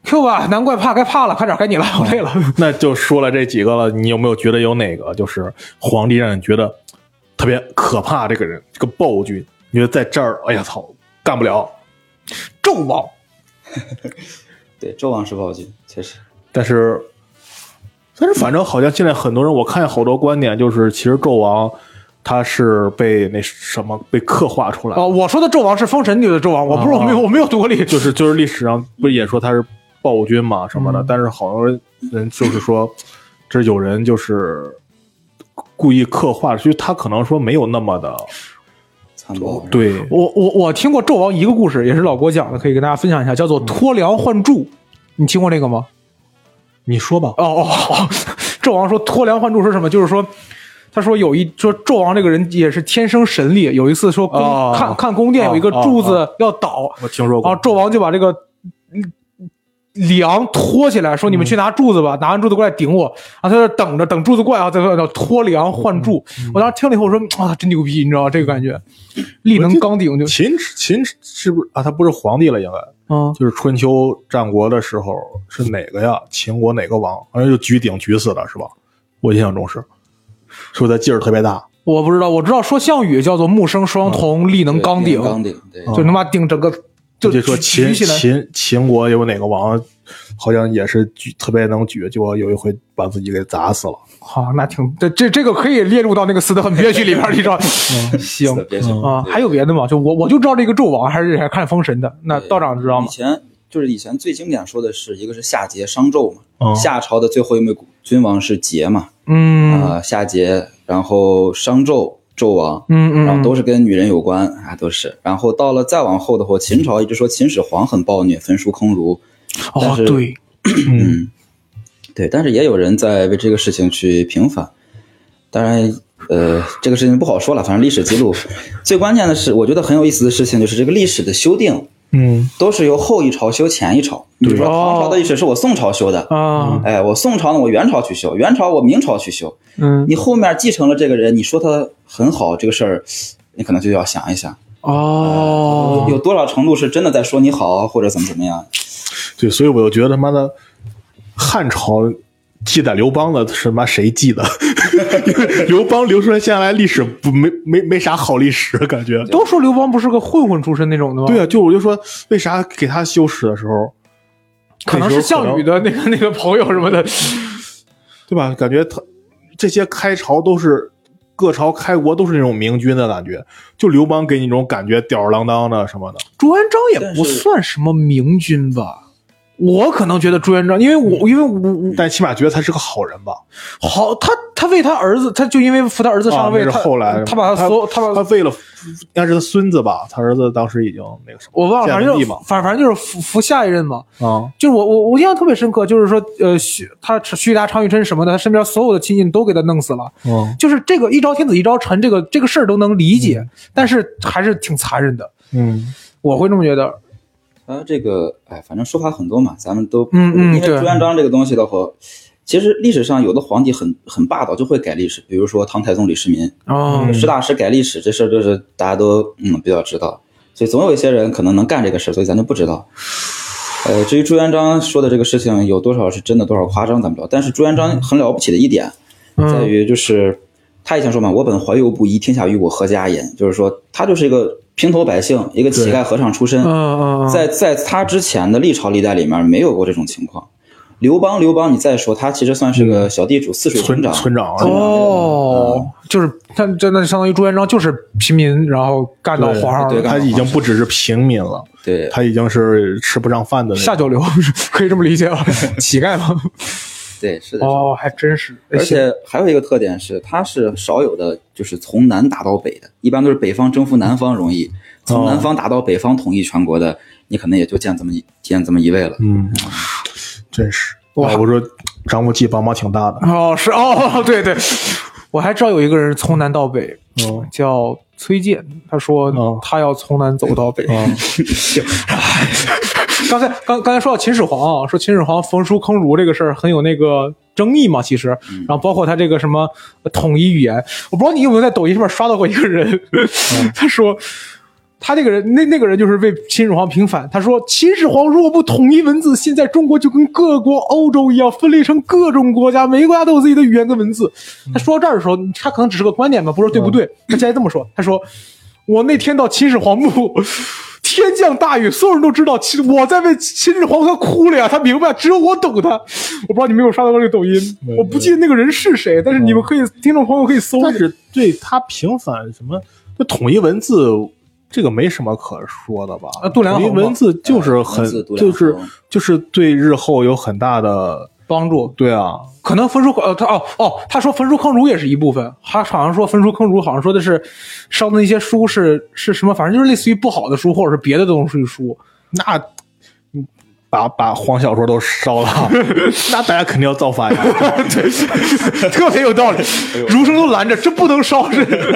Q 吧，难怪该怕了，快点该你了，我累了。 那就说了这几个了，你有没有觉得有哪个就是皇帝让你觉得特别可怕？这个人，这个暴君，你觉得在这儿，哎呀操，干不了。 纣王， 对，纣王是暴君，确实。 但是反正好像现在很多人，我看见好多观点，就是其实纣王他是被那什么被刻画出来。 我说的纣王是封神里的纣王，我不是我没有读过历史， 就是历史上不也说他是暴君嘛什么的，但是好多人就是说，这有人就是故意刻画，所以他可能说没有那么的残暴。 对， 我听过纣王一个故事，也是老郭讲的，可以跟大家分享一下，叫做脱梁换柱。你听过这个吗？ 你说吧。 纣王说脱梁换柱是什么？就是说，他说说纣王这个人也是天生神力。有一次说看宫殿有一个柱子要倒， 我听说过。 纣王就把这个梁拖起来，说你们去拿柱子吧，拿完柱子过来顶我。然后他在这等柱子过来，再脱梁换柱。我当时听了以后我说真牛逼，你知道这个感觉，力能刚鼎。就秦是不是啊？他不是皇帝了，应该。就是春秋战国的时候是哪个呀？秦国哪个王？好像就举鼎举死的是吧？我印象中是不是他劲儿特别大？ 我不知道，我知道说项羽叫做木生双瞳，力能刚鼎， 对， 就能把鼎整个就说秦国有哪个王，好像也是特别能举，结果有一回把自己给砸死了。 好，那挺这个可以列入到那个死得很憋屈里边，你知道？行啊，还有别的吗？就我就知道这个纣王，还是看封神的。那道长知道吗？ 以前最经典说的是一个是夏桀商纣嘛，夏朝的最后一位君王是桀嘛，夏桀，然后商纣。纣王，然后都是跟女人有关啊，都是。然后到了再往后的话，秦朝一直说秦始皇很暴虐，焚书坑儒。 对， 对，但是也有人在为这个事情去平反。当然，这个事情不好说了，反正历史记录。最关键的是，我觉得很有意思的事情就是这个历史的修订，都是由后一朝修前一朝。比如说唐朝的历史是我宋朝修的，我宋朝呢我元朝去修，元朝我明朝去修。你后面继承了这个人，你说他很好，这个事儿你可能就要想一想有多少程度是真的在说你好，或者怎么样。 对，所以我就觉得他妈的汉朝记载刘邦的是妈谁记的？因为刘邦流传下来历史没啥好历史，感觉都说刘邦不是个混混出身那种的吗？ 对啊，我就说为啥给他修史的时候， 可能是项羽的那个朋友什么的， 对吧？感觉他这些开朝都是各朝开国都是那种明君的感觉，就刘邦给你一种感觉吊儿郎当的什么的。 朱元璋也不算什么明君吧？我可能觉得朱元璋，因为我， 但起码觉得他是个好人吧。 好，他为他儿子，他就因为扶他儿子上位， 是后来他把他为了应该是他孙子吧，他儿子当时已经那个什么， 我忘了，反正就是扶下一任嘛。就是我印象特别深刻，就是说他徐达、常遇春什么的，他身边所有的亲戚都给他弄死了。就是这个一朝天子一朝臣，这个事儿都能理解，但是还是挺残忍的。我会这么觉得。 这个反正说法很多嘛，咱们都因为朱元璋这个东西的话，其实历史上有的皇帝很霸道，就会改历史，比如说唐太宗李世民实打实改历史这事儿，就是大家都比较知道，所以总有一些人可能能干这个事，所以咱就不知道。至于朱元璋说的这个事情有多少是真的，多少夸张，咱不知道。但是朱元璋很了不起的一点在于，就是他以前说嘛，我本怀幼不移，天下与我何家焉，就是说他就是一个平头百姓，一个乞丐和尚出身。在他之前的历朝历代里面没有过这种情况。刘邦你再说他其实算是个小地主，泗水村长就是他真的相当于朱元璋就是平民，然后干到皇上。 对，他已经不只是平民了， 对， 他已经是吃不上饭的下九流，可以这么理解吧？乞丐吗？ 对，是的。 还真是。 而且还有一个特点是，他是少有的，就是从南打到北的，一般都是北方征服南方容易，从南方打到北方统一全国的，你可能也就见这么一位了。 真是。我说张无忌帮忙挺大的。 对对，我还知道有一个人从南到北，叫崔健，他说他要从南走到北。刚才说到秦始皇啊，说秦始皇焚书坑儒这个事儿很有那个争议嘛，其实，然后包括他这个什么统一语言，我不知道你有没有在抖音上面刷到过一个人，他说他那个人那个人就是为秦始皇平反，他说秦始皇若不统一文字，现在中国就跟各国欧洲一样分裂成各种国家，每个国家都有自己的语言跟文字。他说到这儿的时候，他可能只是个观点吧，不知道对不对。他接下来这么说，他说我那天到秦始皇墓，天降大雨，所有人都知道我在为秦始皇，他哭了呀，他明白，只有我懂他。我不知道你们有刷到过这个抖音，我不记得那个人是谁，但是你们可以听众朋友可以搜。 但是对他平反什么就统一文字，这个没什么可说的吧？ 度量衡统一文字就是就是对日后有很大的帮助。对啊， 可能焚书他说焚书坑儒也是一部分，他好像说焚书坑儒好像说的是烧的那些书是什么，反正就是类似于不好的书或者是别的东西书。 那把黄小说都烧了，那大家肯定要造反呀。 对，特别有道理。儒生都拦着，这不能烧。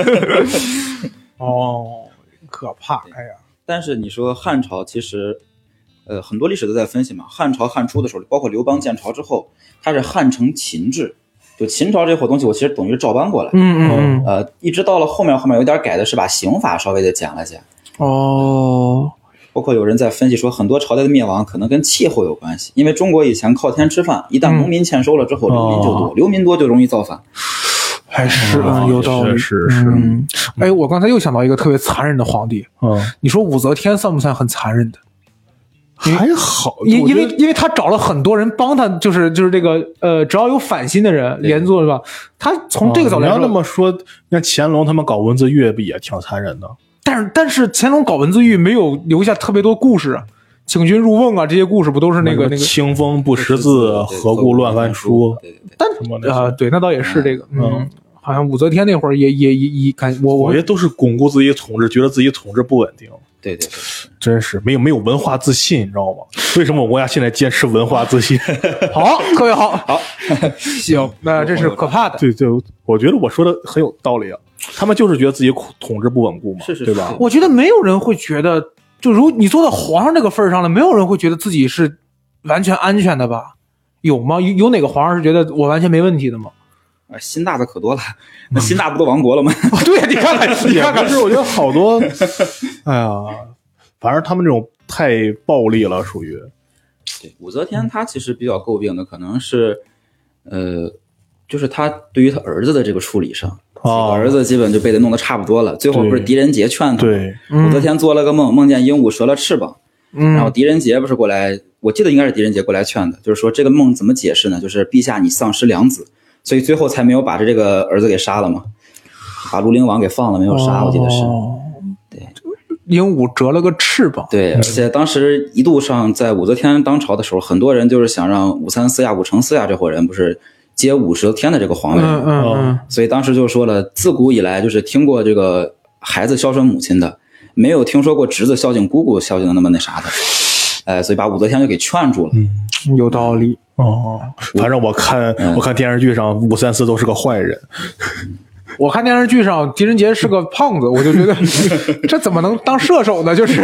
哦，可怕！哎呀， 但是你说汉朝其实，很多历史都在分析嘛。汉朝汉初的时候，包括刘邦建朝之后，它是汉承秦制，就秦朝这伙东西，我其实等于照搬过来。一直到了后面有点改的是把刑法稍微的减了减。 哦。 包括有人在分析说，很多朝代的灭亡可能跟气候有关系，因为中国以前靠天吃饭，一旦农民欠收了之后，流民就多，流民多就容易造反。 还是有道理， 是。 哎，我刚才又想到一个特别残忍的皇帝。你说武则天算不算很残忍的？ 还好， 因为他找了很多人帮他，就是这个只要有反心的人连坐是吧？他从这个角度来说， 你要那么说，那乾隆他们搞文字狱也挺残忍的。 但是乾隆搞文字狱没有留下特别多故事，请君入瓮啊，这些故事不都是那个清风不识字，何故乱翻书？ 但对，那倒也是这个，好像武则天那会儿也感我觉得都是巩固自己统治，觉得自己统治不稳定。 对， 真是没有文化自信，你知道吗？为什么我们国家现在坚持文化自信？ 好，各位好，行，那这是可怕的。 对，我觉得我说的很有道理啊。他们就是觉得自己统治不稳固嘛， 是对吧？ 我觉得没有人会觉得，就如你做到皇上这个份上了，没有人会觉得自己是完全安全的吧？有吗？有哪个皇上是觉得我完全没问题的吗？ 辛大的可多了，那辛大不都亡国了吗？ 对，你看看， 可是我觉得好多，哎呀，反正他们这种太暴力了，属于。 对，武则天她其实比较诟病的可能是，就是她对于她儿子的这个处理上。儿子基本就被他弄得差不多了，最后不是狄仁杰劝他， 对， 武则天做了个梦，梦见鹦鹉折了翅膀，然后狄仁杰不是过来，我记得应该是狄仁杰过来劝的，就是说这个梦怎么解释呢？就是陛下你丧失良子，所以最后才没有把这个儿子给杀了嘛，把庐陵王给放了，没有杀，我记得是。对， 鹦鹉折了个翅膀。 对，而且当时一度上在武则天当朝的时候，很多人就是想让武三思呀、武承思呀这伙人不是接武则天的这个皇位，所以当时就说了，自古以来就是听过这个孩子孝顺母亲的，没有听说过侄子孝敬姑姑孝敬的那么那啥的，所以把武则天就给劝住了。 有道理。 反正我看电视剧上武三思都是个坏人。 我看电视剧上狄仁杰是个胖子，我就觉得这怎么能当射手呢？就是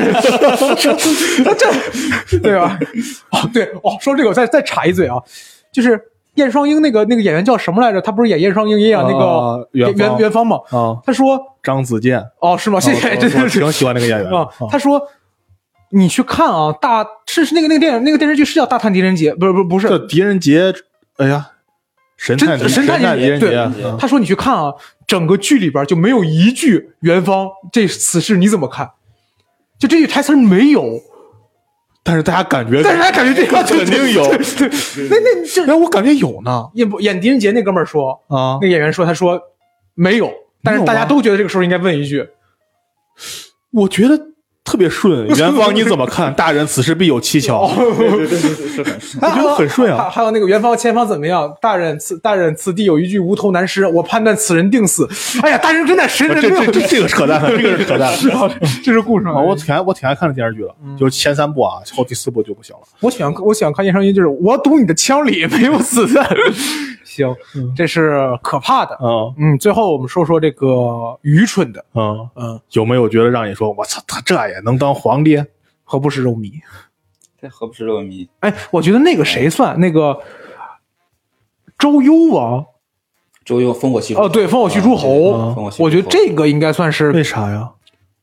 这对吧？说这个我再插一嘴啊，就是燕双鹰那个演员叫什么来着？他不是演燕双鹰，也演那个元芳吗？他说张子健。 是吗？谢谢，真的是挺喜欢那个演员啊。 他说你去看啊，是那个电视剧是叫《大探狄仁杰》，不是狄仁杰。哎呀，神探狄仁杰。 对，他说你去看啊，整个剧里边就没有一句元芳此事你怎么看？就这句台词没有。 但是大家感觉这个肯定有， 对， 我感觉有呢。 演狄仁杰那哥们儿说那个演员说，他说没有，但是大家都觉得这个时候应该问一句， 我觉得特别顺。元芳你怎么看？大人此事必有蹊跷。 对，是很顺， 我觉得很顺啊。 还有那个元芳前方怎么样？大人此地有一具无头男尸，我判断此人定死。哎呀，大人真的神人， 这个扯淡，这个是扯淡。 这是故事我挺爱看的电视剧了，就是前3部啊，后第4部就不行了。 我喜欢看燕双鹰，就是我赌你的枪里没有子弹。行，这是可怕的。最后我们说说这个愚蠢的。 有没有觉得让你说我操，他这也能当皇帝？ 何不食肉糜？ 对，何不食肉糜？ 哎，我觉得那个谁算那个周幽王。 烽火戏诸侯。 对，烽火戏诸侯。我觉得这个应该算是。 为啥呀？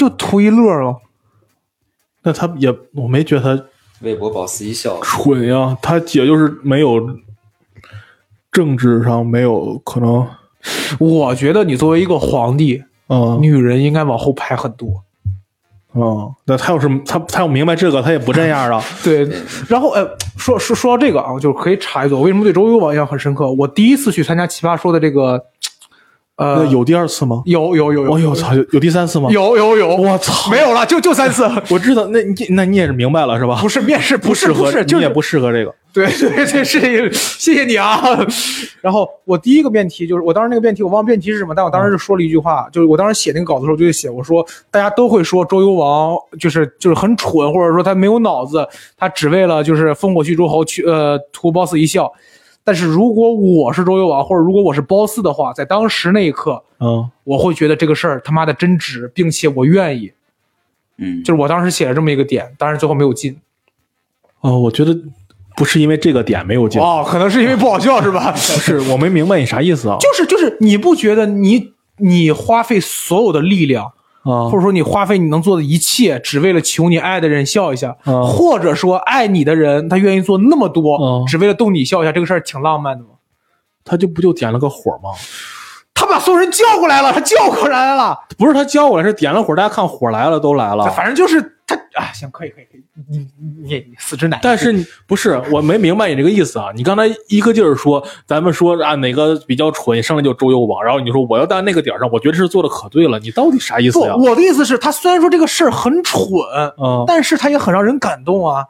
就图一乐啊。 那他也，我没觉得他为博保四一笑蠢呀，他姐就是没有政治上没有可能。 我觉得你作为一个皇帝，女人应该往后排很多。 那他要是他要明白这个，他也不这样啊。 对，然后说到这个啊，就可以插一嘴，我为什么对周幽王印象很深刻？我第一次去参加奇葩说的这个。 有第二次吗？ 有。 哎呦操，有第三次吗？ 有。 我操， 没有了，就3次。 我知道，那你也是明白了是吧？ 不是面试，不是， 你也不适合这个。 对，是，谢谢你啊。然后我第一个辩题就是我当时那个辩题我忘辩题是什么，但我当时就说了一句话，就是我当时写那个稿子的时候就写，我说大家都会说周幽王就是很蠢，或者说他没有脑子，他只为了就是烽火戏诸侯去图褒姒一笑。但是如果我是周幽王，或者如果我是褒姒的话，在当时那一刻，我会觉得这个事儿他妈的真值，并且我愿意。就是我当时写了这么一个点，当然最后没有进。 我觉得不是因为这个点没有进。 可能是因为不好笑是吧？ 是我没明白你啥意思啊？ 就是你不觉得你花费所有的力量或者说你花费你能做的一切，只为了求你爱的人笑一下，或者说爱你的人他愿意做那么多，只为了逗你笑一下，这个事儿挺浪漫的吗？他不就点了个火吗？ 他把所有人叫过来了， 不是他叫过来，是点了火，大家看火来了都来了， 反正就是他行，可以，你死直男。 但是不是我没明白你这个意思啊？你刚才一个劲儿说咱们说哪个比较蠢，上来就周幽王，然后你说我要在那个点上，我觉得是做的可对了，你到底啥意思呀？ 我的意思是他虽然说这个事儿很蠢，但是他也很让人感动啊。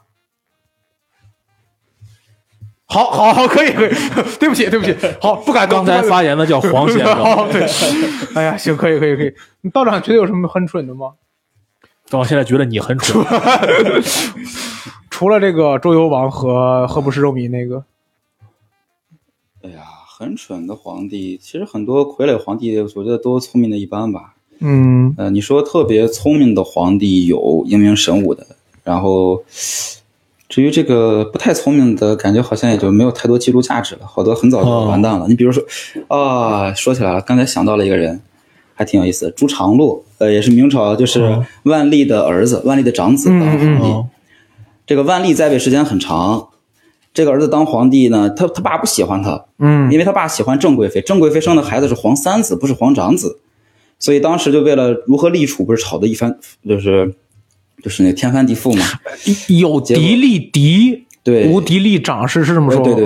好，可以，对不起，好，不敢。 刚才发言的叫黄先生。 对，哎呀，行，可以。你道长觉得有什么很蠢的吗？ 我现在觉得你很蠢。 除了这个周幽王和不食肉糜那个。 哎呀，很蠢的皇帝，其实很多傀儡皇帝，我觉得都聪明的一般吧。你说特别聪明的皇帝有英明神武的，然后。至于这个不太聪明的，感觉好像也就没有太多记录价值了，好多很早就完蛋了。你比如说，说起来了，刚才想到了一个人，还挺有意思的，朱常洛，也是明朝就是万历的儿子，万历的长子当皇帝。这个万历在位时间很长，这个儿子当皇帝呢，他爸不喜欢他，因为他爸喜欢郑贵妃，郑贵妃生的孩子是皇三子，不是皇长子，所以当时就为了如何立储，不是吵得一番，就是那天翻地覆嘛， 有嫡立嫡， 对， 无嫡立长，是这么说。 对。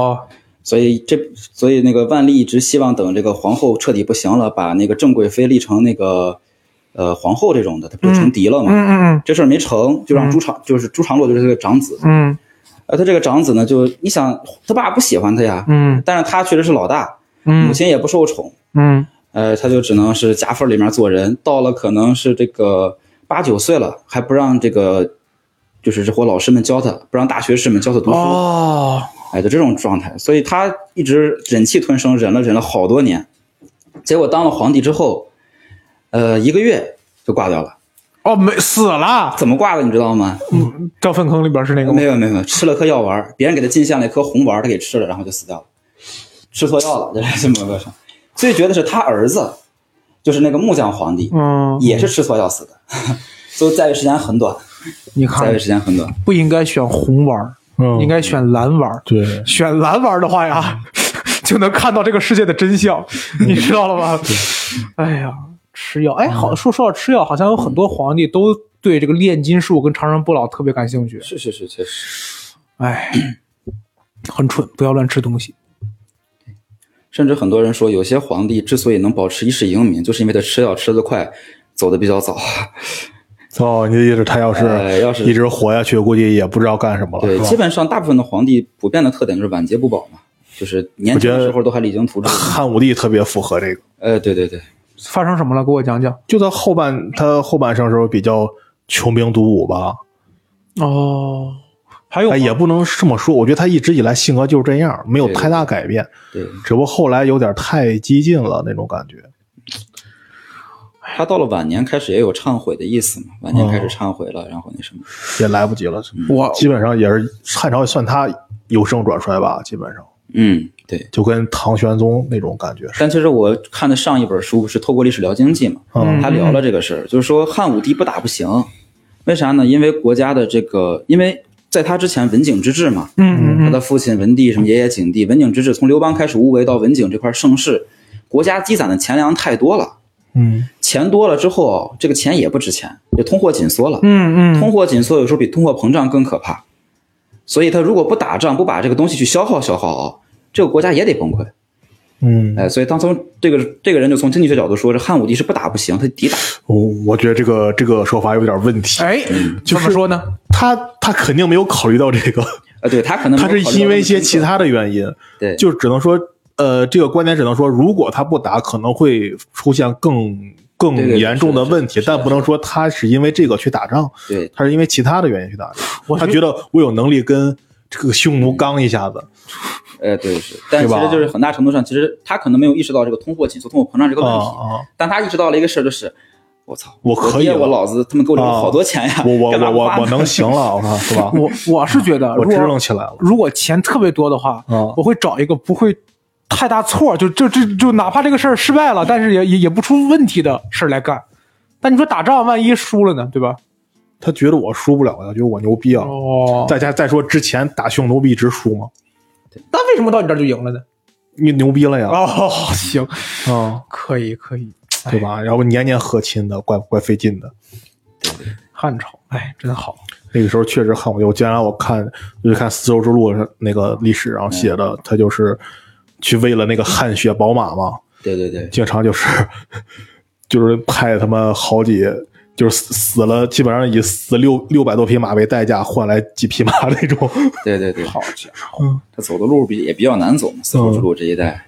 所以那个万历一直希望等这个皇后彻底不行了，把那个郑贵妃立成那个皇后这种的，他不就成嫡了嘛？这事儿没成，就让朱常洛就是这个长子。他这个长子呢，就你想他爸不喜欢他呀，但是他确实是老大，母亲也不受宠，他就只能是夹缝里面做人，到了可能是这个。8、9岁了，还不让这个，就是这伙老师们教他，不让大学士们教他读书，就这种状态，所以他一直忍气吞声，忍了好多年，结果当了皇帝之后，1个月就挂掉了。 死了？ 怎么挂的你知道吗？ 掉粪坑里边是那个吗？ 没有，吃了颗药丸，别人给他进献了一颗红丸，他给吃了，然后就死掉了，吃错药了，这么个事。最绝的是他儿子。就是那个木匠皇帝，也是吃错药死的，所以在位时间很短。 你看， 在位时间很短， 不应该选红丸，应该选蓝丸。 对， 选蓝丸的话呀，就能看到这个世界的真相，你知道了吗？哎呀，吃药，好，说到吃药，好像有很多皇帝都对这个炼金术跟长生不老特别感兴趣。 是，确实。 很蠢，不要乱吃东西。 甚至很多人说，有些皇帝之所以能保持一世英名，就是因为他吃药吃得快，走得比较早。 你的意思他要是一直活下去，估计也不知道干什么了。 对，基本上大部分的皇帝普遍的特点就是晚节不保嘛，就是年轻的时候都还励精图治。 汉武帝特别符合这个。 对。 发生什么了？给我讲讲。 就他后半生时候比较穷兵黩武吧。 还有也不能这么说，我觉得他一直以来性格就是这样，没有太大改变。 对， 只不过后来有点太激进了那种感觉。 他到了晚年开始也有忏悔的意思嘛，晚年开始忏悔了，然后那什么也来不及了。我基本上也是汉朝也算他由盛转衰吧，基本上。 对， 就跟唐玄宗那种感觉。 但其实我看的上一本书是透过历史聊经济嘛，他聊了这个事儿，就是说汉武帝不打不行，为啥呢？因为国家的这个，因为在他之前文景之治嘛，他的父亲文帝什么爷爷景帝，文景之治从刘邦开始无为到文景这块盛世，国家积攒的钱粮太多了。钱多了之后，这个钱也不值钱，就通货紧缩了。通货紧缩有时候比通货膨胀更可怕。所以他如果不打仗，不把这个东西去消耗，这个国家也得崩溃。所以当从这个人就从经济学角度说，这汉武帝是不打不行，他抵打。 我觉得这个说法有点问题。 怎么说呢？ 他肯定没有考虑到这个。 对，他可能他是因为一些其他的原因。 对， 就只能说，这个观点只能说，如果他不打，可能会出现更严重的问题，但不能说他是因为这个去打仗。 对， 他是因为其他的原因去打仗。他觉得我有能力跟这个匈奴刚一下子。 对是，但其实就是很大程度上，其实他可能没有意识到这个通货紧缩、通货膨胀这个问题，但他意识到了一个事，就是我操， 我可以， 我老子他们给我留了好多钱呀， 我能行了，我看是吧？ 我是觉得， 我支棱起来了。 如果钱特别多的话，我会找一个不会太大错，就哪怕这个事儿失败了，但是也不出问题的事儿来干。但你说打仗万一输了呢，对吧？ 他觉得我输不了呀，觉得我牛逼啊！再说之前打匈奴不一直输吗？ 那为什么到你这儿就赢了呢？ 你牛逼了呀！ 行，可以， 对吧？要不年年和亲的，怪费劲的。 汉朝，真好。 那个时候确实汉武帝，我经常看丝绸之路那个历史上写的，他就是去为了那个汗血宝马嘛。 对， 经常就是派他们好几。就是死了，基本上以死600多匹马为代价换来几匹马那种。 对，好家伙，他走的路也比较难走嘛，丝绸之路这一带。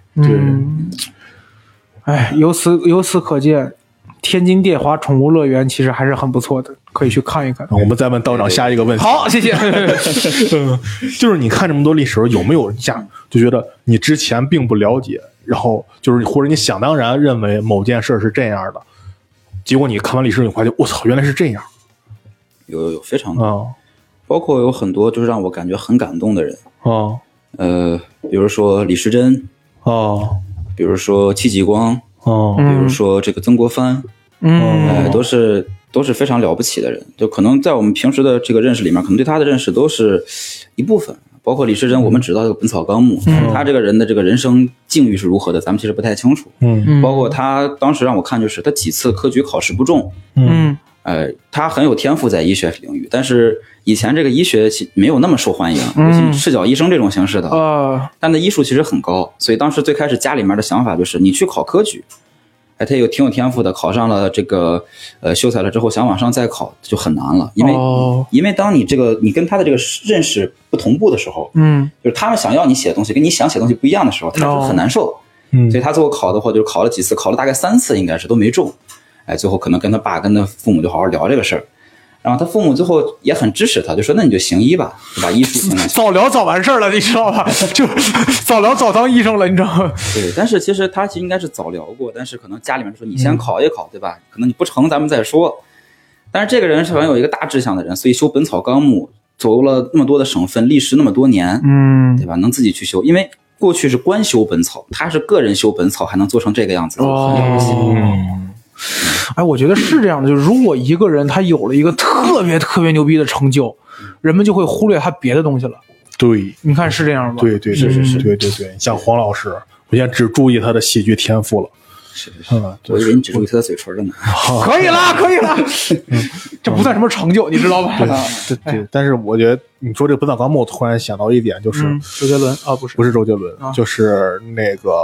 由此可见，天津电华宠物乐园其实还是很不错的，可以去看一看。 我们再问道长下一个问题。 好，谢谢。 就是你看这么多历史，有没有就觉得你之前并不了解，然后就是或者你想当然认为某件事是这样的？结果你看完历史，你发现我操，原来是这样。 有非常多，包括有很多就是让我感觉很感动的人比如说李时珍比如说戚继光比如说这个曾国藩都是非常了不起的人，就可能在我们平时的这个认识里面，可能对他的认识都是一部分。包括李时珍，我们知道这个《本草纲目》，他这个人的这个人生境遇是如何的，咱们其实不太清楚。包括他当时让我看，就是他几次科举考试不中。他很有天赋在医学领域，但是以前这个医学没有那么受欢迎，尤其赤脚医生这种形式的。但他医术其实很高，所以当时最开始家里面的想法就是你去考科举。他挺有天赋的，考上了这个秀才了之后，想往上再考就很难了，因为当你跟他的这个认识不同步的时候，就是他们想要你写的东西跟你想写的东西不一样的时候，他就很难受。所以他最后考的话，就是考了几次，考了大概3次，应该是都没中。最后可能跟他爸跟他父母就好好聊这个事儿。然后他父母最后也很支持他，就说那你就行医吧，就把医术早聊早完事儿了，你知道吧？就早聊早当医生了，你知道吗？ 对，但是其实他应该是早聊过，但是可能家里面说你先考一考，对吧？可能你不成咱们再说。但是这个人是很有一个大志向的人，所以修《本草纲目》走了那么多的省份，历时那么多年，对吧？能自己去修，因为过去是官修本草，他是个人修本草，还能做成这个样子，很了不起。 我觉得是这样的，就是如果一个人他有了一个特别特别牛逼的成就，人们就会忽略他别的东西了。 对， 你看是这样吗？ 对，是，对，像黄老师，我现在只注意他的戏剧天赋了。 是，我以为你只注意他的嘴唇了呢。 可以了，这不算什么成就，你知道吧？ 对，但是我觉得你说这个《本草纲目》，突然想到一点，就是周杰伦不是周杰伦，就是那个。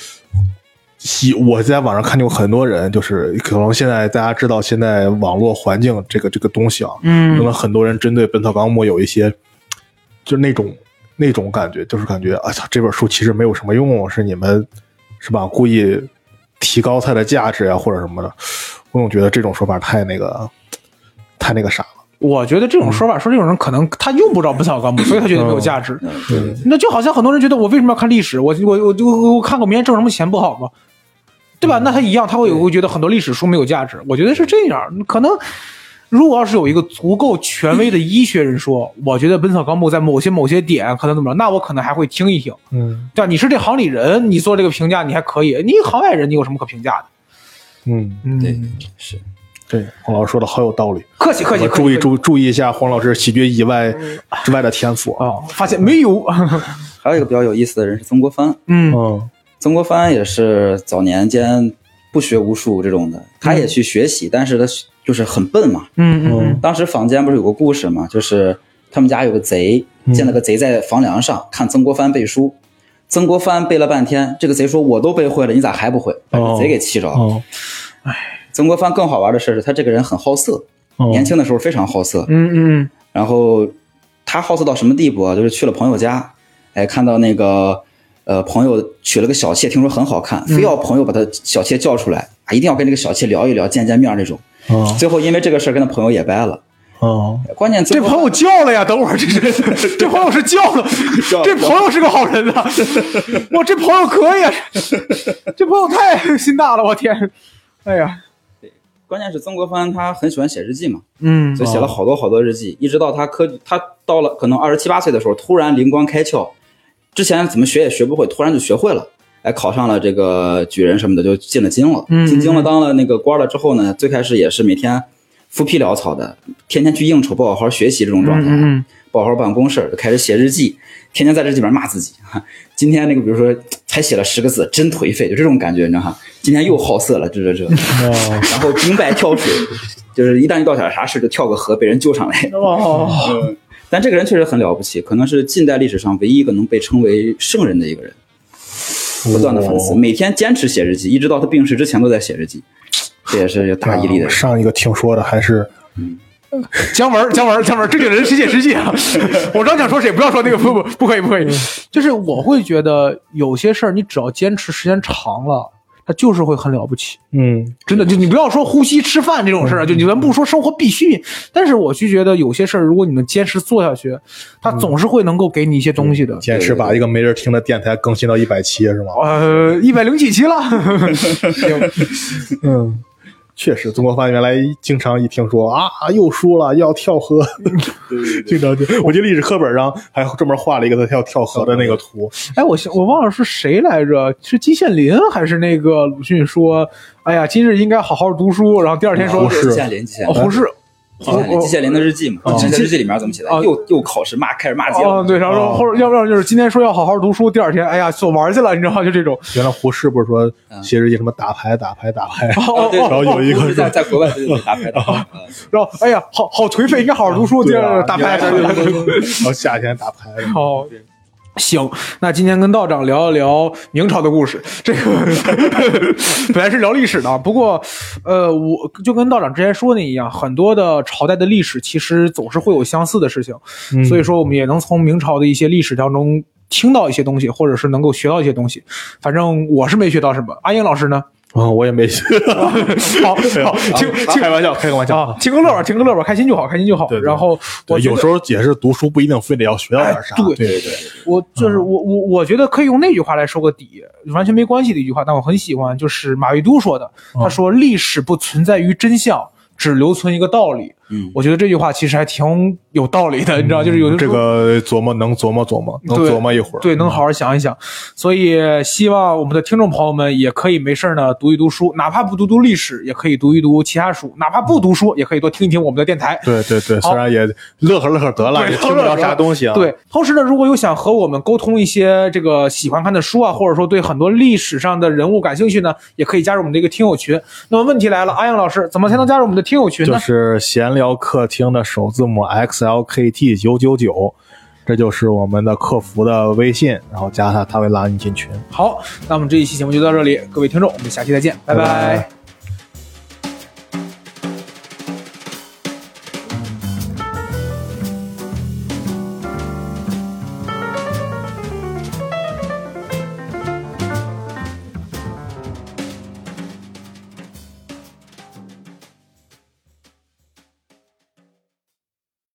我在网上看见过很多人，就是可能现在大家知道现在网络环境这个东西啊，可能很多人针对《本草纲目》有一些，就是那种感觉，就是感觉这本书其实没有什么用，是你们是吧故意提高它的价值啊或者什么的。我总觉得这种说法太那个啥了。 我觉得这种说法说这种人可能他用不着《本草纲目》，所以他觉得没有价值。那就好像很多人觉得我为什么要看历史？我看个名人挣什么钱不好吗？对吧？那他一样，他会觉得很多历史书没有价值。我觉得是这样，可能如果要是有一个足够权威的医学人说，我觉得《本草纲目》在某些点可能怎么着，那我可能还会听一听。对吧？你是这行里人，你做这个评价你还可以，你行外人你有什么可评价的？ 对，是。 对，黄老师说的好有道理。 客气。 注意一下黄老师喜剧之外的天赋啊！ 发现没有。 还有一个比较有意思的人是曾国藩。曾国藩也是早年间不学无术这种的，他也去学习，但是他就是很笨嘛。当时坊间不是有个故事嘛，就是他们家有个贼，见了个贼在房梁上看曾国藩背书，曾国藩背了半天，这个贼说我都背会了，你咋还不会？把这贼给气着了。曾国藩更好玩的是他这个人很好色，年轻的时候非常好色。然后他好色到什么地步啊？就是去了朋友家，看到那个朋友娶了个小妾，听说很好看，非要朋友把他小妾叫出来一定要跟这个小妾聊一聊，见面那种。最后因为这个事跟他朋友也掰了。关键这朋友叫了呀，等会儿这朋友是叫了，这朋友是个好人啊，哇，这朋友可以啊，这朋友太心大了，我天，哎呀。 关键是曾国藩他很喜欢写日记嘛，所以写了好多日记，一直到他到了可能27、8岁的时候，突然灵光开窍，之前怎么学也学不会，突然就学会了，考上了这个举人什么的，就进了京了。进京了，当了那个官了之后呢，最开始也是每天浮皮潦草的，天天去应酬，不好好学习这种状态，不好好办公事，就开始写日记，天天在日记本骂自己。今天那个比如说才写了10个字，真颓废，就这种感觉，你知道哈。今天又好色了，这，然后兵败跳水，就是一旦遇到点啥事就跳个河，被人救上来。但这个人确实很了不起，可能是近代历史上唯一一个能被称为圣人的一个人。不断的反思，每天坚持写日记，一直到他病逝之前都在写日记，这也是有大毅力的人。 上一个听说的还是姜文，这个人谁写日记啊？我刚想说谁，不要说那个，不可以。就是我会觉得有些事儿，你只要坚持时间长了，它就是会很了不起。真的，就你不要说呼吸、吃饭这种事儿，就你们不说生活必须，但是我就觉得有些事儿，如果你能坚持做下去，它总是会能够给你一些东西的。 坚持把一个没人听的电台更新到100期是吗 ？100几期了。 确实，曾国藩原来经常一听说又输了要跳河，经常我记得历史课本上还专门画了一个他跳河的那个图。 我忘了是谁来着，是季羡林还是那个鲁迅说，哎呀，今日应该好好读书，然后第二天说季羡林， 胡适。 季羡林的日记嘛，日记里面怎么写的？又考试开始骂街了。 对，然后或者要不然就是今天说要好好读书，第二天哎呀走玩去了，你知道吗？就这种。 原来胡适不是说写日记什么打牌，然后有一个在国外打牌， 然后哎呀好颓废，应该好好读书，第二打牌， 然后夏天打牌。 好。行，那今天跟道长聊一聊明朝的故事。这个本来是聊历史的，不过我就跟道长之前说的一样，很多的朝代的历史其实总是会有相似的事情，所以说我们也能从明朝的一些历史当中听到一些东西，或者是能够学到一些东西。反正我是没学到什么，阿英老师呢？ 我也没学。 好， 开玩笑，开个玩笑， 听个乐吧，开心就好。然后我有时候也是读书不一定非得要学到点啥。 对，我就是我觉得可以用那句话来说个底，完全没关系的一句话，但我很喜欢，就是马未都说的，他说历史不存在于真相，只留存一个道理。我觉得这句话其实还挺有道理的，你知道，就是有的这个琢磨能琢磨一会儿， 对，能好好想一想。所以希望我们的听众朋友们也可以没事呢读一读书，哪怕不读历史，也可以读一读其他书，哪怕不读书，也可以多听一听我们的电台。 对，虽然也乐呵得了，也听不了啥东西啊。 对，同时呢，如果有想和我们沟通一些这个喜欢看的书啊，或者说对很多历史上的人物感兴趣呢，也可以加入我们这个听友群。那么问题来了，阿阳老师怎么才能加入我们的听友群呢？ 就是闲聊客厅的首字母 XLKT999，这就是我们的客服的微信，然后加他会拉你进群。 好，那么这一期节目就到这里，各位听众，我们下期再见，拜拜。